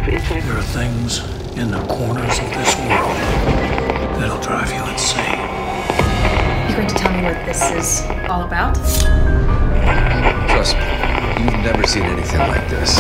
There are things in the corners of this world that'll drive you insane. You going to tell me what this is all about? Trust me, you've never seen anything like this.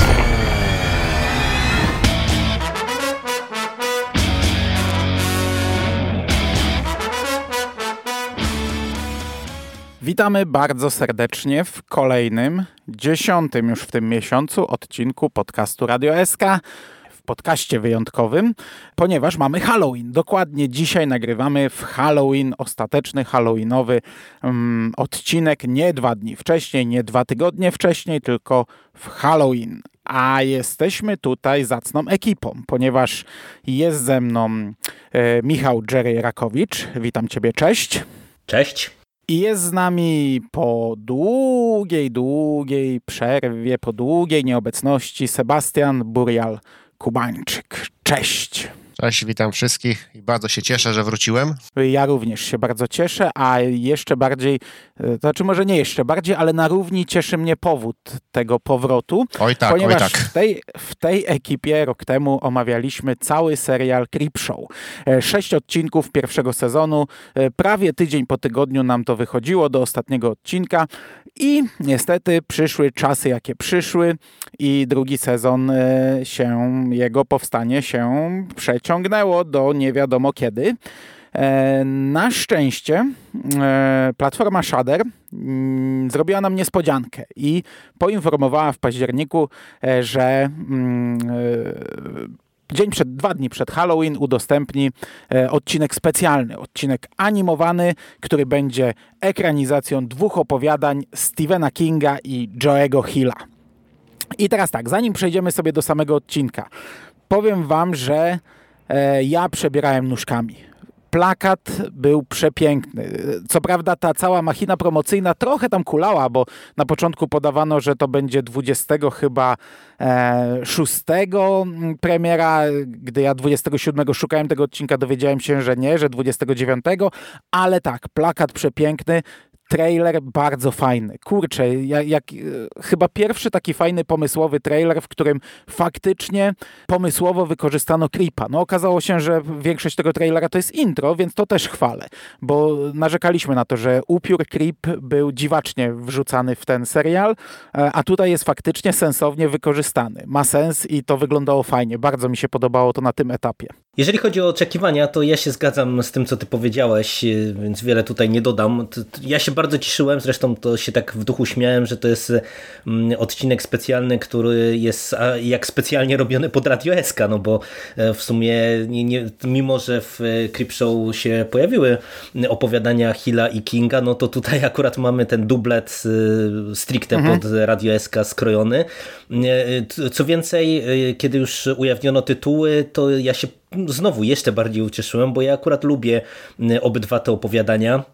Witamy bardzo serdecznie w kolejnym, 10. już w tym miesiącu odcinku podcastu Radio SK. W podcaście wyjątkowym, ponieważ mamy Halloween. Dokładnie dzisiaj nagrywamy w Halloween, ostateczny halloweenowy odcinek, nie 2 dni wcześniej, nie 2 tygodnie wcześniej, tylko w Halloween. A jesteśmy tutaj zacną ekipą, ponieważ jest ze mną Michał Jerry Rakowicz. Witam Ciebie, cześć. Cześć. I jest z nami po długiej przerwie, po długiej nieobecności Sebastian Burial-Kubańczyk. Cześć. Cześć, witam wszystkich i bardzo się cieszę, że wróciłem. Ja również się bardzo cieszę, a jeszcze bardziej, to znaczy może nie jeszcze bardziej, ale na równi cieszy mnie powód tego powrotu. Oj tak, ponieważ oj tak. W tej ekipie rok temu omawialiśmy cały serial Creepshow. 6 odcinków pierwszego sezonu, prawie tydzień po tygodniu nam to wychodziło do ostatniego odcinka i niestety przyszły czasy jakie przyszły i drugi sezon jego powstanie się przeciągnęło do nie wiadomo kiedy. Na szczęście platforma Shudder zrobiła nam niespodziankę i poinformowała w październiku, że 2 dni przed Halloween udostępni odcinek specjalny, odcinek animowany, który będzie ekranizacją 2 opowiadań Stephena Kinga i Joe'ego Hilla. I teraz tak, zanim przejdziemy sobie do samego odcinka, powiem wam, że ja przebierałem nóżkami. Plakat był przepiękny. Co prawda ta cała machina promocyjna trochę tam kulała, bo na początku podawano, że to będzie 26 premiera. Gdy ja 27 szukałem tego odcinka, dowiedziałem się, że nie, że 29, ale tak, plakat przepiękny. Trailer bardzo fajny. Kurczę, chyba pierwszy taki fajny, pomysłowy trailer, w którym faktycznie pomysłowo wykorzystano creepa. No okazało się, że większość tego trailera to jest intro, więc to też chwalę, bo narzekaliśmy na to, że upiór creep był dziwacznie wrzucany w ten serial, a tutaj jest faktycznie sensownie wykorzystany. Ma sens i to wyglądało fajnie. Bardzo mi się podobało to na tym etapie. Jeżeli chodzi o oczekiwania, to ja się zgadzam z tym, co ty powiedziałeś, więc wiele tutaj nie dodam. Ja się bardzo cieszyłem, zresztą to się tak w duchu śmiałem, że to jest odcinek specjalny, który jest jak specjalnie robiony pod Radio SK, no bo w sumie mimo, że w Creepshow się pojawiły opowiadania Hilla i Kinga, no to tutaj akurat mamy ten dublet stricte pod Radio SK skrojony. Co więcej, kiedy już ujawniono tytuły, to ja się znowu jeszcze bardziej ucieszyłem, bo ja akurat lubię obydwa te opowiadania.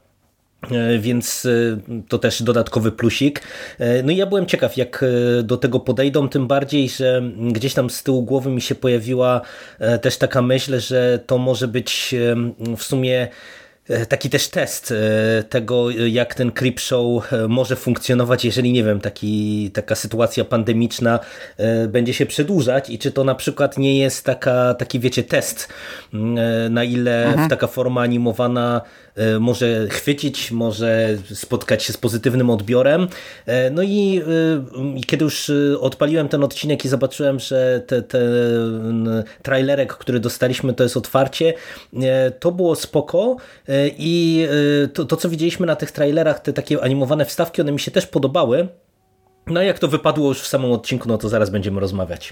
Więc to też dodatkowy plusik. No i ja byłem ciekaw, jak do tego podejdą, tym bardziej, że gdzieś tam z tyłu głowy mi się pojawiła też taka myśl, że to może być w sumie taki też test tego, jak ten Creepshow może funkcjonować, jeżeli, nie wiem, taka sytuacja pandemiczna będzie się przedłużać i czy to na przykład nie jest taki, wiecie, test, na ile taka forma animowana może chwycić, może spotkać się z pozytywnym odbiorem. No i kiedy już odpaliłem ten odcinek i zobaczyłem, że ten trailerek, który dostaliśmy, to jest otwarcie, to było spoko i to co widzieliśmy na tych trailerach, te takie animowane wstawki, one mi się też podobały. No a jak to wypadło już w samym odcinku, no to zaraz będziemy rozmawiać.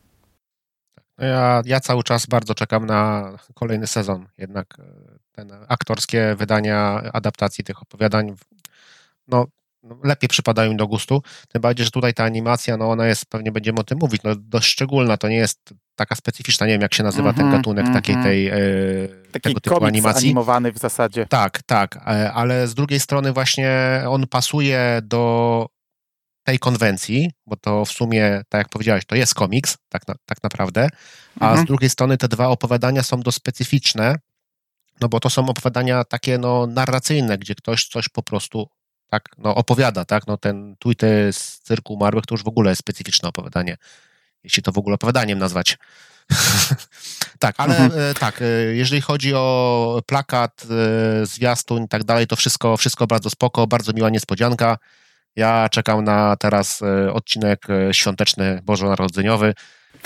Ja cały czas bardzo czekam na kolejny sezon. Jednak te aktorskie wydania adaptacji tych opowiadań lepiej przypadają mi do gustu. Tym bardziej, że tutaj ta animacja, ona jest, pewnie będziemy o tym mówić, dość szczególna. To nie jest taka specyficzna, nie wiem jak się nazywa ten gatunek tego typu animacji. Animowany w zasadzie. Tak, ale z drugiej strony właśnie on pasuje do tej konwencji, bo to w sumie, tak jak powiedziałeś, to jest komiks, tak naprawdę, a z drugiej strony te 2 opowiadania są dość specyficzne, no bo to są opowiadania takie narracyjne, gdzie ktoś coś po prostu opowiada, tak, ten Tweety z Cyrku Umarłych to już w ogóle jest specyficzne opowiadanie jeśli to w ogóle opowiadaniem nazwać. Tak, ale tak, jeżeli chodzi o plakat, zwiastun i tak dalej, to wszystko bardzo spoko, bardzo miła niespodzianka. Ja czekam na teraz odcinek świąteczny, bożonarodzeniowy.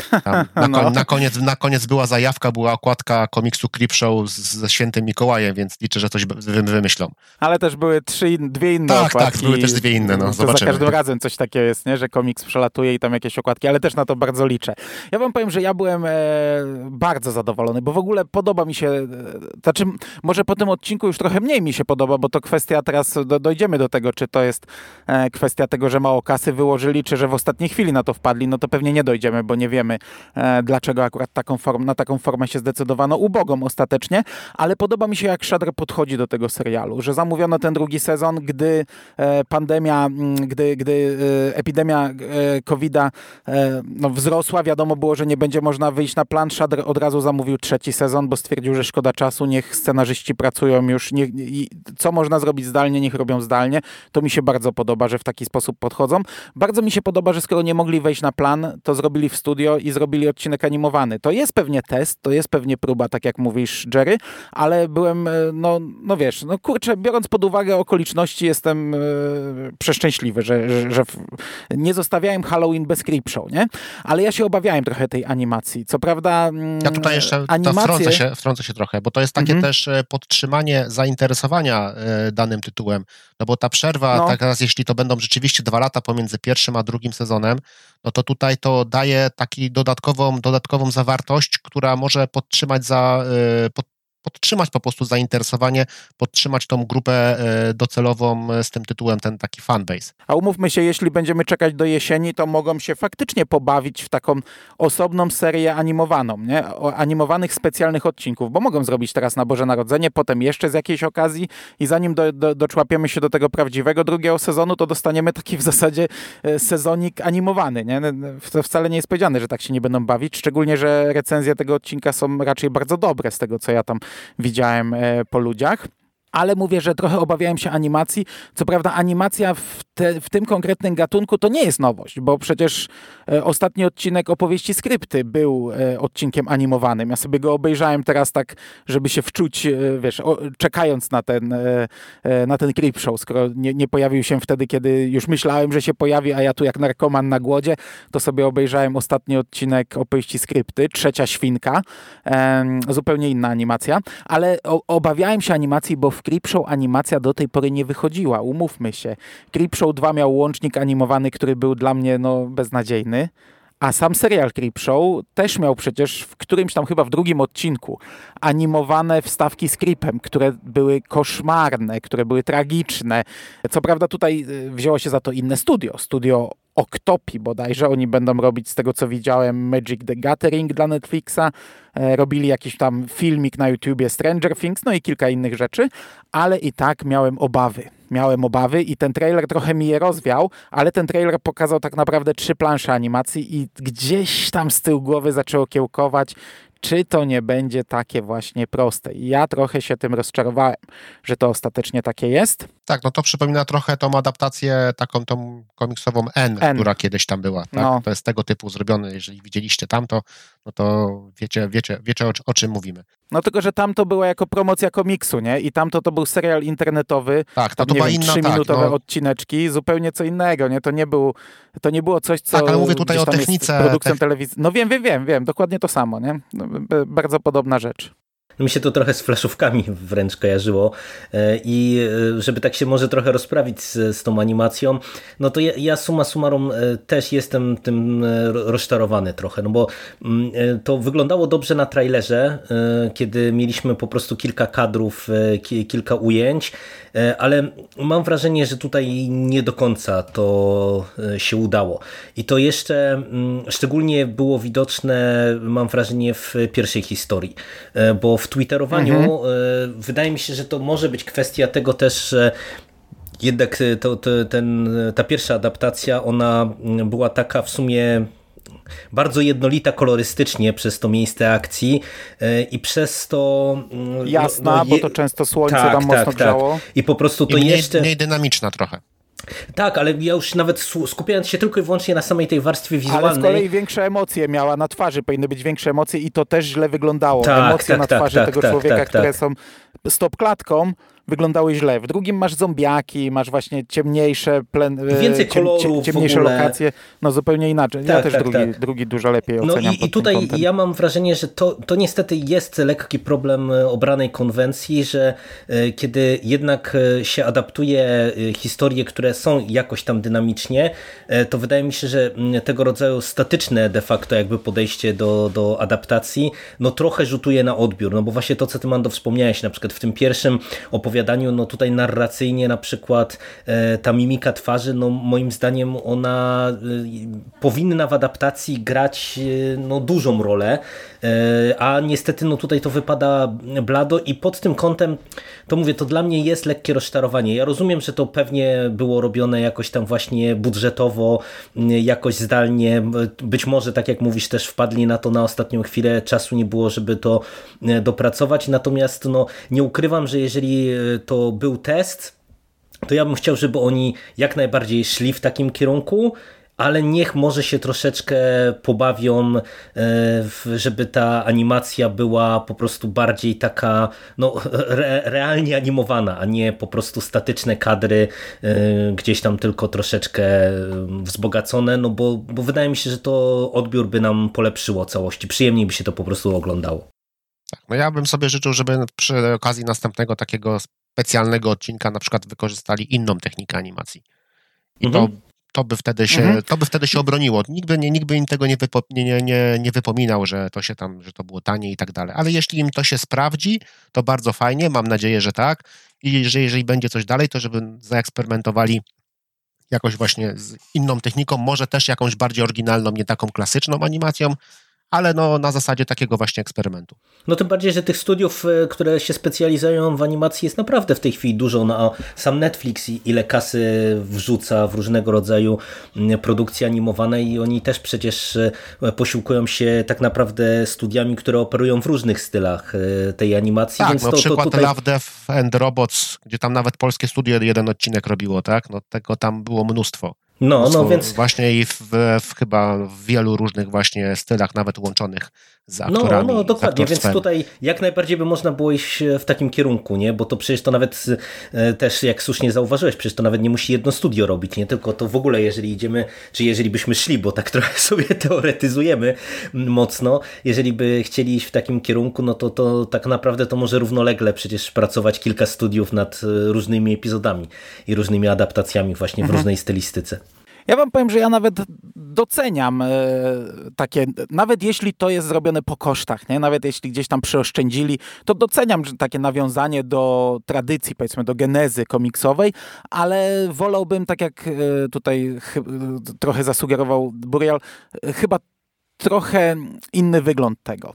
Na koniec była zajawka, była okładka komiksu Creepshow ze Świętym Mikołajem, więc liczę, że coś wymyślą. Ale też były dwie inne okładki. Tak, były też dwie inne, no zobaczymy. Za każdym razem coś takiego jest, nie? Że komiks przelatuje i tam jakieś okładki, ale też na to bardzo liczę. Ja wam powiem, że ja byłem bardzo zadowolony, bo w ogóle podoba mi się, znaczy może po tym odcinku już trochę mniej mi się podoba, bo to kwestia, teraz dojdziemy do tego, czy to jest kwestia tego, że mało kasy wyłożyli, czy że w ostatniej chwili na to wpadli, no to pewnie nie dojdziemy, bo nie wiemy, dlaczego akurat na taką formę się zdecydowano, ubogą ostatecznie, ale podoba mi się, jak Shudder podchodzi do tego serialu, że zamówiono ten drugi sezon, gdy pandemia, gdy epidemia COVID-a wzrosła, wiadomo było, że nie będzie można wyjść na plan. Shudder od razu zamówił trzeci sezon, bo stwierdził, że szkoda czasu, niech scenarzyści pracują już, co można zrobić zdalnie, niech robią zdalnie. To mi się bardzo podoba, że w taki sposób podchodzą. Bardzo mi się podoba, że skoro nie mogli wejść na plan, to zrobili w studio i zrobili odcinek animowany. To jest pewnie test, to jest pewnie próba, tak jak mówisz, Jerry, ale byłem, no wiesz, no kurczę, biorąc pod uwagę okoliczności, jestem przeszczęśliwy, że nie zostawiałem Halloween bez Creepshow, nie? Ale ja się obawiałem trochę tej animacji. Co prawda ja tutaj jeszcze wtrącę się trochę, bo to jest takie też podtrzymanie zainteresowania danym tytułem, no bo ta przerwa, tak teraz jeśli to będą rzeczywiście 2 lata pomiędzy pierwszym a drugim sezonem, no to tutaj to daje taki dodatkową zawartość, która może podtrzymać po prostu zainteresowanie, podtrzymać tą grupę docelową z tym tytułem, ten taki fanbase. A umówmy się, jeśli będziemy czekać do jesieni, to mogą się faktycznie pobawić w taką osobną serię animowaną, nie? Animowanych specjalnych odcinków, bo mogą zrobić teraz na Boże Narodzenie, potem jeszcze z jakiejś okazji i zanim doczłapiemy się do tego prawdziwego drugiego sezonu, to dostaniemy taki w zasadzie sezonik animowany, nie? To wcale nie jest powiedziane, że tak się nie będą bawić, szczególnie, że recenzje tego odcinka są raczej bardzo dobre z tego, co ja tam widziałem po ludziach. Ale mówię, że trochę obawiałem się animacji. Co prawda animacja w tym konkretnym gatunku to nie jest nowość, bo przecież ostatni odcinek opowieści Skrypty był odcinkiem animowanym. Ja sobie go obejrzałem teraz tak, żeby się wczuć, wiesz, czekając na ten Creepshow, skoro nie pojawił się wtedy, kiedy już myślałem, że się pojawi, a ja tu jak narkoman na głodzie, to sobie obejrzałem ostatni odcinek opowieści Skrypty, Trzecia Świnka, zupełnie inna animacja, ale obawiałem się animacji, bo w Creepshow animacja do tej pory nie wychodziła, umówmy się. Creepshow 2 miał łącznik animowany, który był dla mnie beznadziejny, a sam serial Creepshow też miał przecież w którymś tam chyba w drugim odcinku animowane wstawki z Creepem, które były koszmarne, które były tragiczne. Co prawda tutaj wzięło się za to inne studio Octopi bodajże, oni będą robić z tego co widziałem Magic the Gathering dla Netflixa, robili jakiś tam filmik na YouTubie Stranger Things, no i kilka innych rzeczy, ale i tak miałem obawy i ten trailer trochę mi je rozwiał, ale ten trailer pokazał tak naprawdę 3 plansze animacji i gdzieś tam z tyłu głowy zaczęło kiełkować, czy to nie będzie takie właśnie proste. I ja trochę się tym rozczarowałem, że to ostatecznie takie jest. Tak, no to przypomina trochę tą adaptację taką tą komiksową N, która kiedyś tam była. Tak? No. To jest tego typu zrobione. Jeżeli widzieliście tamto, no to wiecie o czym mówimy. No tylko, że tamto była jako promocja komiksu, nie? I tamto to był serial internetowy. Tak, to była inna 3-minutowe odcineczki, zupełnie co innego, nie? To nie było coś, co... Tak, ale mówię tutaj o technice. Produkcją telewizji. No wiem, dokładnie to samo, nie? Bardzo podobna rzecz. Mi się to trochę z flaszówkami wręcz kojarzyło i żeby tak się może trochę rozprawić z tą animacją, no to ja summa summarum też jestem tym rozczarowany trochę, no bo to wyglądało dobrze na trailerze, kiedy mieliśmy po prostu kilka kadrów, kilka ujęć, ale mam wrażenie, że tutaj nie do końca to się udało. I to jeszcze szczególnie było widoczne, mam wrażenie, w pierwszej historii, bo w twitterowaniu wydaje mi się, że to może być kwestia tego też, że jednak ta pierwsza adaptacja, ona była taka w sumie bardzo jednolita kolorystycznie przez to miejsce akcji i przez to... Jasna, bo to często słońce tam mocno grzało. I po prostu to jeszcze... Mniej dynamiczna trochę. Tak, ale ja już nawet skupiając się tylko i wyłącznie na samej tej warstwie wizualnej... Ale z kolei większe emocje miała na twarzy, powinny być większe emocje i to też źle wyglądało. Tak, Emocje na twarzy tego człowieka, które są stopklatką, wyglądały źle. W drugim masz zombiaki, masz właśnie ciemniejsze więcej kolorów, ciemniejsze lokacje, no zupełnie inaczej. Ja też drugi dużo lepiej oceniam. I tutaj ja mam wrażenie, że to niestety jest lekki problem obranej konwencji, że kiedy jednak się adaptuje historie, które są jakoś tam dynamicznie, to wydaje mi się, że tego rodzaju statyczne de facto jakby podejście do adaptacji, no trochę rzutuje na odbiór, no bo właśnie to, co ty, Mando, wspomniałeś, na przykład w tym pierwszym opowiadaniu, no tutaj narracyjnie na przykład ta mimika twarzy, no moim zdaniem ona powinna w adaptacji grać no dużą rolę, a niestety no tutaj to wypada blado i pod tym kątem to mówię, to dla mnie jest lekkie rozczarowanie. Ja rozumiem, że to pewnie było robione jakoś tam właśnie budżetowo, jakoś zdalnie, być może tak jak mówisz też wpadli na to na ostatnią chwilę, czasu nie było, żeby to dopracować, natomiast no nie ukrywam, że jeżeli to był test, to ja bym chciał, żeby oni jak najbardziej szli w takim kierunku, ale niech może się troszeczkę pobawią, żeby ta animacja była po prostu bardziej taka no, realnie animowana, a nie po prostu statyczne kadry gdzieś tam tylko troszeczkę wzbogacone, no bo wydaje mi się, że to odbiór by nam polepszyło całości, przyjemniej by się to po prostu oglądało. Tak, no ja bym sobie życzył, żeby przy okazji następnego takiego specjalnego odcinka na przykład wykorzystali inną technikę animacji. I to by wtedy się obroniło. Nikt by im tego nie wypominał, że to było tanie i tak dalej. Ale jeśli im to się sprawdzi, to bardzo fajnie, mam nadzieję, że tak. I że jeżeli będzie coś dalej, to żeby zaeksperymentowali jakoś właśnie z inną techniką, może też jakąś bardziej oryginalną, nie taką klasyczną animacją, ale no na zasadzie takiego właśnie eksperymentu. No tym bardziej, że tych studiów, które się specjalizują w animacji jest naprawdę w tej chwili dużo. No, sam Netflix ile kasy wrzuca w różnego rodzaju produkcje animowane i oni też przecież posiłkują się tak naprawdę studiami, które operują w różnych stylach tej animacji. Tak, więc no przykład tutaj... Love, Death and Robots, gdzie tam nawet polskie studio jeden odcinek robiło, tak? No tego tam było mnóstwo. No więc... Właśnie i chyba w wielu różnych właśnie stylach, nawet łączonych z aktorami. No dokładnie, więc tutaj jak najbardziej by można było iść w takim kierunku, nie? Bo to przecież to nawet też, jak słusznie zauważyłeś, przecież to nawet nie musi jedno studio robić, nie? Tylko to w ogóle, jeżeli idziemy, czy jeżeli byśmy szli, bo tak trochę sobie teoretyzujemy mocno, jeżeli by chcieli iść w takim kierunku, no to tak naprawdę to może równolegle przecież pracować kilka studiów nad różnymi epizodami i różnymi adaptacjami właśnie w różnej stylistyce. Ja wam powiem, że ja nawet doceniam takie, nawet jeśli to jest zrobione po kosztach, nie? Nawet jeśli gdzieś tam przyoszczędzili, to doceniam że takie nawiązanie do tradycji, powiedzmy, do genezy komiksowej, ale wolałbym, tak jak tutaj trochę zasugerował Burial, chyba trochę inny wygląd tego.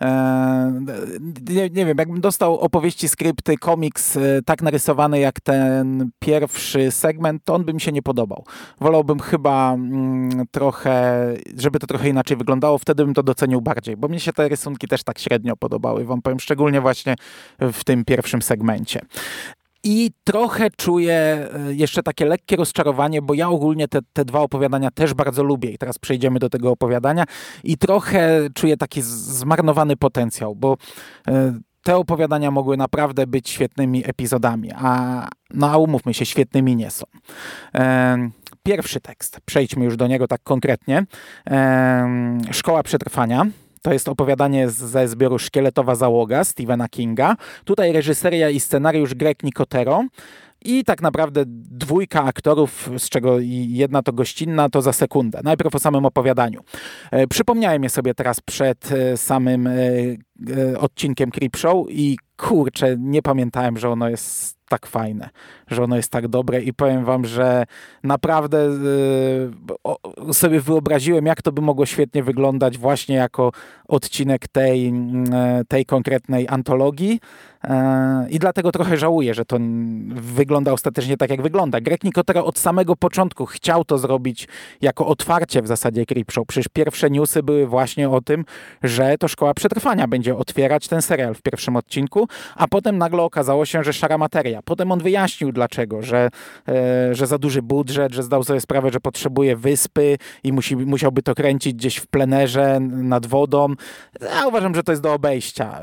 Nie wiem, jakbym dostał opowieści, skrypty, komiks tak narysowany jak ten pierwszy segment, to on by mi się nie podobał. Wolałbym chyba trochę, żeby to trochę inaczej wyglądało, wtedy bym to docenił bardziej, bo mnie się te rysunki też tak średnio podobały, wam powiem, szczególnie właśnie w tym pierwszym segmencie. I trochę czuję jeszcze takie lekkie rozczarowanie, bo ja ogólnie te dwa opowiadania też bardzo lubię i teraz przejdziemy do tego opowiadania i trochę czuję taki zmarnowany potencjał, bo te opowiadania mogły naprawdę być świetnymi epizodami, a umówmy się, świetnymi nie są. Pierwszy tekst, przejdźmy już do niego tak konkretnie. Szkoła przetrwania. To jest opowiadanie ze zbioru Szkieletowa załoga Stephena Kinga. Tutaj reżyseria i scenariusz Greg Nicotero. I tak naprawdę dwójka aktorów, z czego jedna to gościnna, to za sekundę. Najpierw o samym opowiadaniu. Przypomniałem je sobie teraz przed samym odcinkiem Creepshow i kurczę, nie pamiętałem, że ono jest tak fajne, że ono jest tak dobre i powiem wam, że naprawdę sobie wyobraziłem, jak to by mogło świetnie wyglądać właśnie jako odcinek tej konkretnej antologii i dlatego trochę żałuję, że to wygląda ostatecznie tak, jak wygląda. Greg Nicotero od samego początku chciał to zrobić jako otwarcie w zasadzie Creepshow. Przecież pierwsze newsy były właśnie o tym, że to Szkoła Przetrwania będzie otwierać ten serial w pierwszym odcinku aktorstwu, a potem nagle okazało się, że szara materia. Potem on wyjaśnił dlaczego, że za duży budżet, że zdał sobie sprawę, że potrzebuje wyspy i musiałby to kręcić gdzieś w plenerze, nad wodą. Ja uważam, że to jest do obejścia,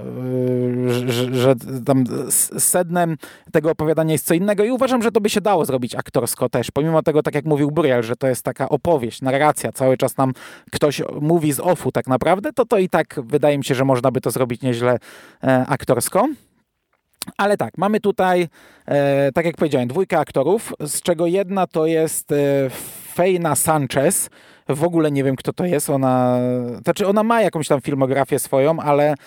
że tam sednem tego opowiadania jest co innego i uważam, że to by się dało zrobić aktorsko też. Pomimo tego, tak jak mówił Burial, że to jest taka opowieść, narracja, cały czas nam ktoś mówi z offu tak naprawdę, to i tak wydaje mi się, że można by to zrobić nieźle aktorsko. Ale tak, mamy tutaj, tak jak powiedziałem, 2 aktorów, z czego jedna to jest Feina Sanchez. W ogóle nie wiem, kto to jest. Ona ma jakąś tam filmografię swoją,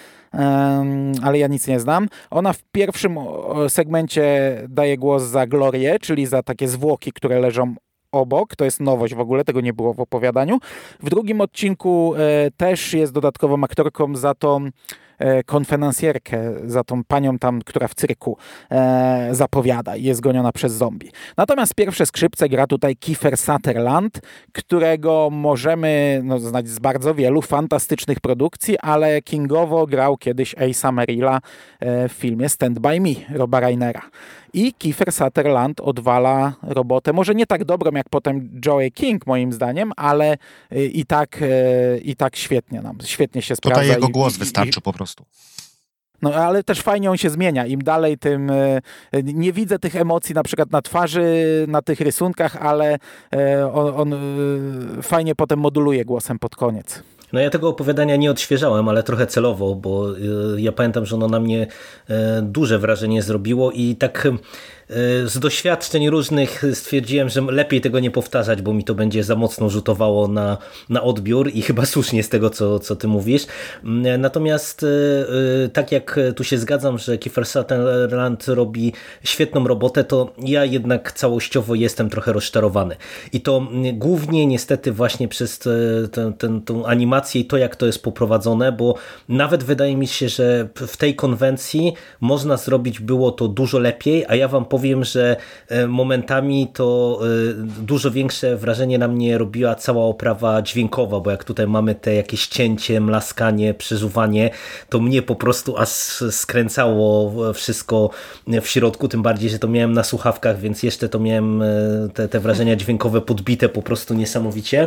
ale ja nic nie znam. Ona w pierwszym segmencie daje głos za Glorię, czyli za takie zwłoki, które leżą obok. To jest nowość w ogóle, tego nie było w opowiadaniu. W drugim odcinku też jest dodatkową aktorką za tą konfenansjerkę, za tą panią tam, która w cyrku zapowiada i jest goniona przez zombie. Natomiast pierwsze skrzypce gra tutaj Kiefer Sutherland, którego możemy znać z bardzo wielu fantastycznych produkcji, ale kingowo grał kiedyś Ace'a Merrilla w filmie Stand By Me Roba Reinera. I Kiefer Sutherland odwala robotę, może nie tak dobrą jak potem Joey King moim zdaniem, ale i tak świetnie się sprawdza. Tutaj jego głos wystarczy po prostu. No ale też fajnie on się zmienia. Im dalej, tym nie widzę tych emocji na przykład na twarzy, na tych rysunkach, ale on fajnie potem moduluje głosem pod koniec. No ja tego opowiadania nie odświeżałem, ale trochę celowo, bo ja pamiętam, że ono na mnie duże wrażenie zrobiło i tak z doświadczeń różnych stwierdziłem, że lepiej tego nie powtarzać, bo mi to będzie za mocno rzutowało na odbiór i chyba słusznie z tego, co ty mówisz. Natomiast tak jak tu się zgadzam, że Kiefer Sutherland robi świetną robotę, to ja jednak całościowo jestem trochę rozczarowany. I to głównie niestety właśnie przez tę animację i to, jak to jest poprowadzone, bo nawet wydaje mi się, że w tej konwencji można zrobić było to dużo lepiej, a ja wam powiem, że momentami to dużo większe wrażenie na mnie robiła cała oprawa dźwiękowa, bo jak tutaj mamy te jakieś cięcie, mlaskanie, przeżuwanie, to mnie po prostu aż skręcało wszystko w środku, tym bardziej, że to miałem na słuchawkach, więc jeszcze to miałem te wrażenia dźwiękowe podbite po prostu niesamowicie.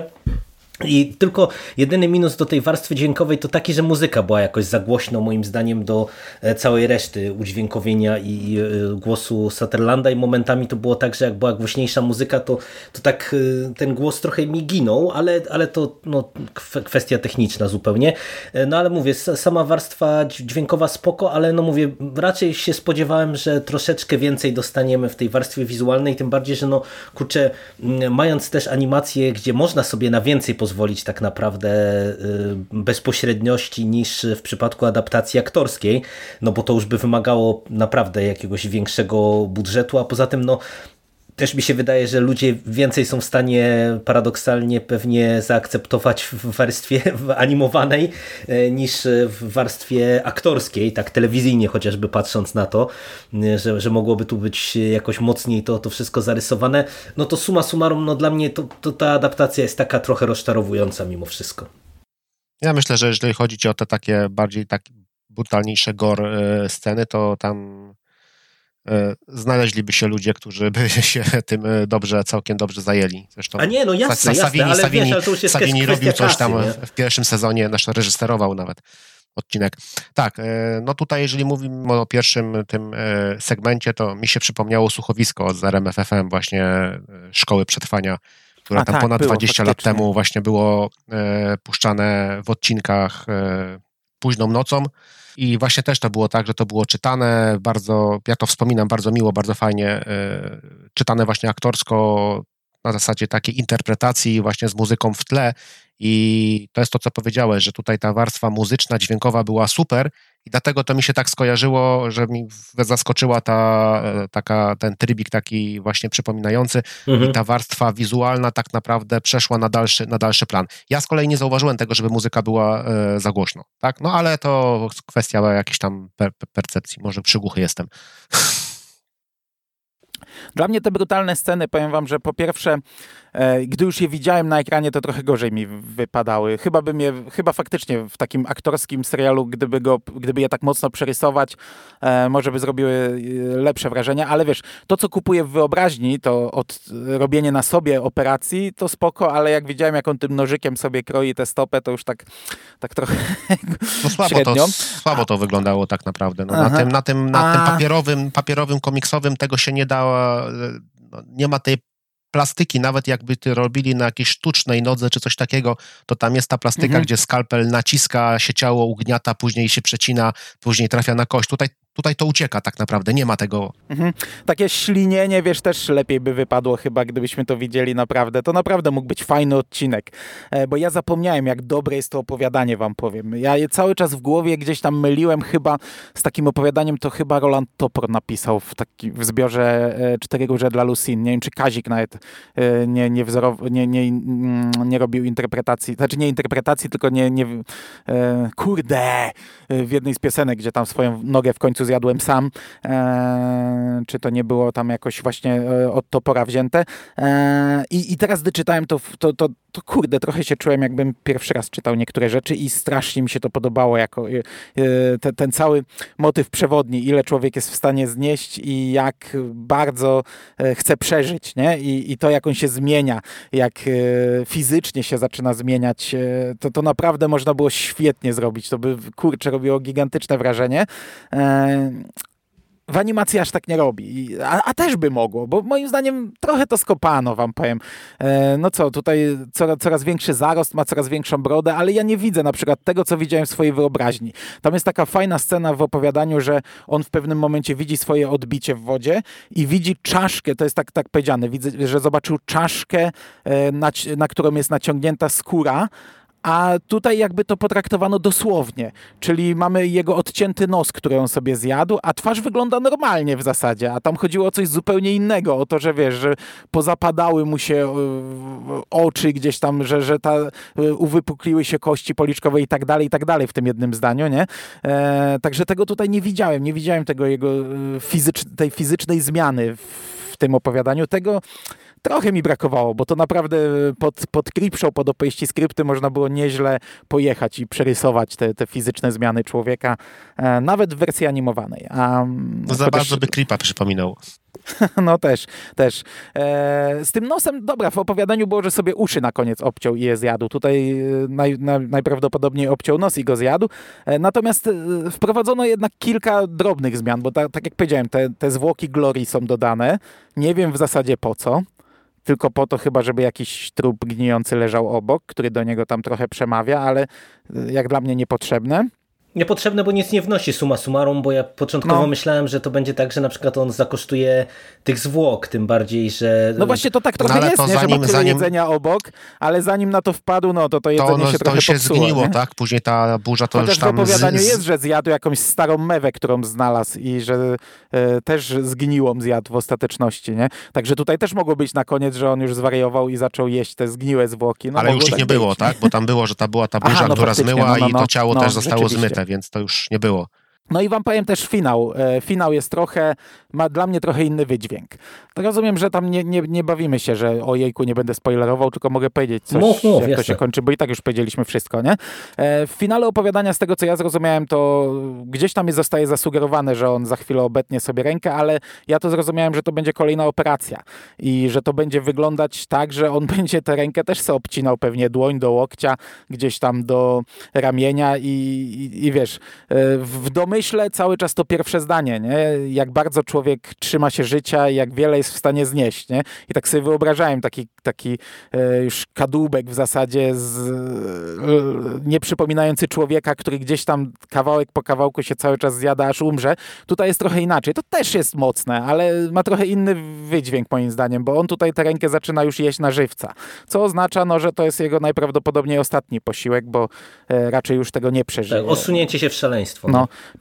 I tylko jedyny minus do tej warstwy dźwiękowej to taki, że muzyka była jakoś za głośno moim zdaniem do całej reszty udźwiękowienia i głosu Sutherlanda i momentami to było tak, że jak była głośniejsza muzyka, to tak ten głos trochę mi ginął, ale to kwestia techniczna zupełnie. No ale mówię, sama warstwa dźwiękowa spoko, ale no mówię, raczej się spodziewałem, że troszeczkę więcej dostaniemy w tej warstwie wizualnej, tym bardziej, że kurczę, mając też animację, gdzie można sobie na więcej pozwolić tak naprawdę bezpośredniości niż w przypadku adaptacji aktorskiej, no bo to już by wymagało naprawdę jakiegoś większego budżetu, a poza tym też mi się wydaje, że ludzie więcej są w stanie paradoksalnie pewnie zaakceptować w warstwie animowanej niż w warstwie aktorskiej, tak telewizyjnie chociażby patrząc na to, że mogłoby tu być jakoś mocniej to wszystko zarysowane. No to summa summarum, dla mnie to ta adaptacja jest taka trochę rozczarowująca mimo wszystko. Ja myślę, że jeżeli chodzi o te takie bardziej brutalniejsze gore sceny, to tam znaleźliby się ludzie, którzy by się tym całkiem dobrze zajęli. Zresztą a nie, no jasne, ale wiesz, ale to już jest Savini robił coś kasy, tam nie? w pierwszym sezonie, reżyserował nawet odcinek. Tak, no tutaj jeżeli mówimy o pierwszym tym segmencie, to mi się przypomniało słuchowisko z RMF FM właśnie Szkoły Przetrwania, która tam ponad 20 lat temu właśnie było puszczane w odcinkach późną nocą. I właśnie też to było tak, że to było czytane bardzo, ja to wspominam bardzo miło, bardzo fajnie, czytane właśnie aktorsko na zasadzie takiej interpretacji właśnie z muzyką w tle i to jest to, co powiedziałeś, że tutaj ta warstwa muzyczna, dźwiękowa była super i dlatego to mi się tak skojarzyło, że mi zaskoczyła ten trybik taki właśnie przypominający i ta warstwa wizualna tak naprawdę przeszła na dalszy plan. Ja z kolei nie zauważyłem tego, żeby muzyka była za głośno, tak? No ale to kwestia jakiejś tam percepcji, może przygłuchy jestem. Dla mnie te brutalne sceny, powiem wam, że po pierwsze Gdy już je widziałem na ekranie, to trochę gorzej mi wypadały. Chyba faktycznie w takim aktorskim serialu, gdyby je tak mocno przerysować, może by zrobiły lepsze wrażenie, ale wiesz, to co kupuję w wyobraźni, to robienie na sobie operacji, to spoko, ale jak widziałem, jak on tym nożykiem sobie kroi tę stopę, to już tak trochę średnio. Słabo to wyglądało tak naprawdę. No, na tym papierowym, komiksowym tego się nie da, no, nie ma tej plastyki, nawet jakby ty robili na jakiejś sztucznej nodze czy coś takiego, to tam jest ta plastyka, gdzie skalpel naciska się ciało, ugniata, później się przecina, później trafia na kość. Tutaj to ucieka tak naprawdę, nie ma tego. Takie ślinienie, wiesz, też lepiej by wypadło chyba, gdybyśmy to widzieli naprawdę. To naprawdę mógł być fajny odcinek, bo ja zapomniałem, jak dobre jest to opowiadanie, wam powiem. Ja je cały czas w głowie gdzieś tam myliłem chyba z takim opowiadaniem, to chyba Roland Topor napisał w zbiorze 4 róże dla Lucine. Nie wiem, czy Kazik nawet nie robił interpretacji, znaczy nie interpretacji, tylko w jednej z piosenek, gdzie tam swoją nogę w końcu zjadłem sam, czy to nie było tam jakoś właśnie od Topora wzięte. I teraz, gdy czytałem to kurde, trochę się czułem, jakbym pierwszy raz czytał niektóre rzeczy i strasznie mi się to podobało, jako ten cały motyw przewodni, ile człowiek jest w stanie znieść i jak bardzo chce przeżyć, nie? I to, jak on się zmienia, jak fizycznie się zaczyna zmieniać, to naprawdę można było świetnie zrobić. To by, kurczę, robiło gigantyczne wrażenie. W animacji aż tak nie robi. A też by mogło, bo moim zdaniem trochę to skopano, wam powiem. No co, tutaj coraz większy zarost, ma coraz większą brodę, ale ja nie widzę na przykład tego, co widziałem w swojej wyobraźni. Tam jest taka fajna scena w opowiadaniu, że on w pewnym momencie widzi swoje odbicie w wodzie i widzi czaszkę, to jest tak powiedziane, widzę, że zobaczył czaszkę, na którą jest naciągnięta skóra, a tutaj jakby to potraktowano dosłownie, czyli mamy jego odcięty nos, który on sobie zjadł, a twarz wygląda normalnie w zasadzie, a tam chodziło o coś zupełnie innego, o to, że wiesz, że pozapadały mu się oczy gdzieś tam, że uwypukliły się kości policzkowe i tak dalej w tym jednym zdaniu, nie? Także tego tutaj nie widziałem tego jego tej fizycznej zmiany w tym opowiadaniu, tego trochę mi brakowało, bo to naprawdę pod Creepshow, pod opowieści skrypty można było nieźle pojechać i przerysować te fizyczne zmiany człowieka, nawet w wersji animowanej. Za bardzo by Creepa przypominał. No też. Z tym nosem, dobra, w opowiadaniu było, że sobie uszy na koniec obciął i je zjadł. Tutaj najprawdopodobniej obciął nos i go zjadł. Natomiast wprowadzono jednak kilka drobnych zmian, bo tak jak powiedziałem, te zwłoki Glorii są dodane. Nie wiem w zasadzie po co. Tylko po to chyba, żeby jakiś trup gnijący leżał obok, który do niego tam trochę przemawia, ale jak dla mnie niepotrzebne. Niepotrzebne, bo nic nie wnosi summa summarum, bo ja początkowo myślałem, że to będzie tak, że na przykład on zakosztuje tych zwłok, tym bardziej, że... No właśnie to tak trochę jest, nie? Że ma tyle jedzenia obok, ale zanim na to wpadł, no to jedzenie się trochę popsuło. Zgniło, nie? tak? Później ta burza to chociaż już tam... w opowiadaniu jest, że zjadł jakąś starą mewę, którą znalazł i że też zgniłą zjadł w ostateczności, nie? Także tutaj też mogło być na koniec, że on już zwariował i zaczął jeść te zgniłe zwłoki. No, ale już ich nie było, tak? Bo tam było, że była ta burza, która zmyła i to ciało też zostało zmyte, więc to już nie było. No i wam powiem też finał. Finał jest ma dla mnie trochę inny wydźwięk. To rozumiem, że tam nie bawimy się, że ojejku, nie będę spoilerował, tylko mogę powiedzieć coś, jak to się kończy, bo i tak już powiedzieliśmy wszystko, nie? W finale opowiadania, z tego co ja zrozumiałem, to gdzieś tam zostaje zasugerowane, że on za chwilę obetnie sobie rękę, ale ja to zrozumiałem, że to będzie kolejna operacja i że to będzie wyglądać tak, że on będzie tę rękę też sobie obcinał pewnie dłoń do łokcia, gdzieś tam do ramienia i wiesz, w domyśle cały czas to pierwsze zdanie, nie? Jak bardzo człowiek trzyma się życia, jak wiele jest w stanie znieść, nie? I tak sobie wyobrażałem taki już kadłubek w zasadzie nie przypominający człowieka, który gdzieś tam kawałek po kawałku się cały czas zjada, aż umrze. Tutaj jest trochę inaczej. To też jest mocne, ale ma trochę inny wydźwięk moim zdaniem, bo on tutaj tę rękę zaczyna już jeść na żywca. Co oznacza, że to jest jego najprawdopodobniej ostatni posiłek, bo raczej już tego nie przeżyje. Tak, osunięcie się w szaleństwo. No.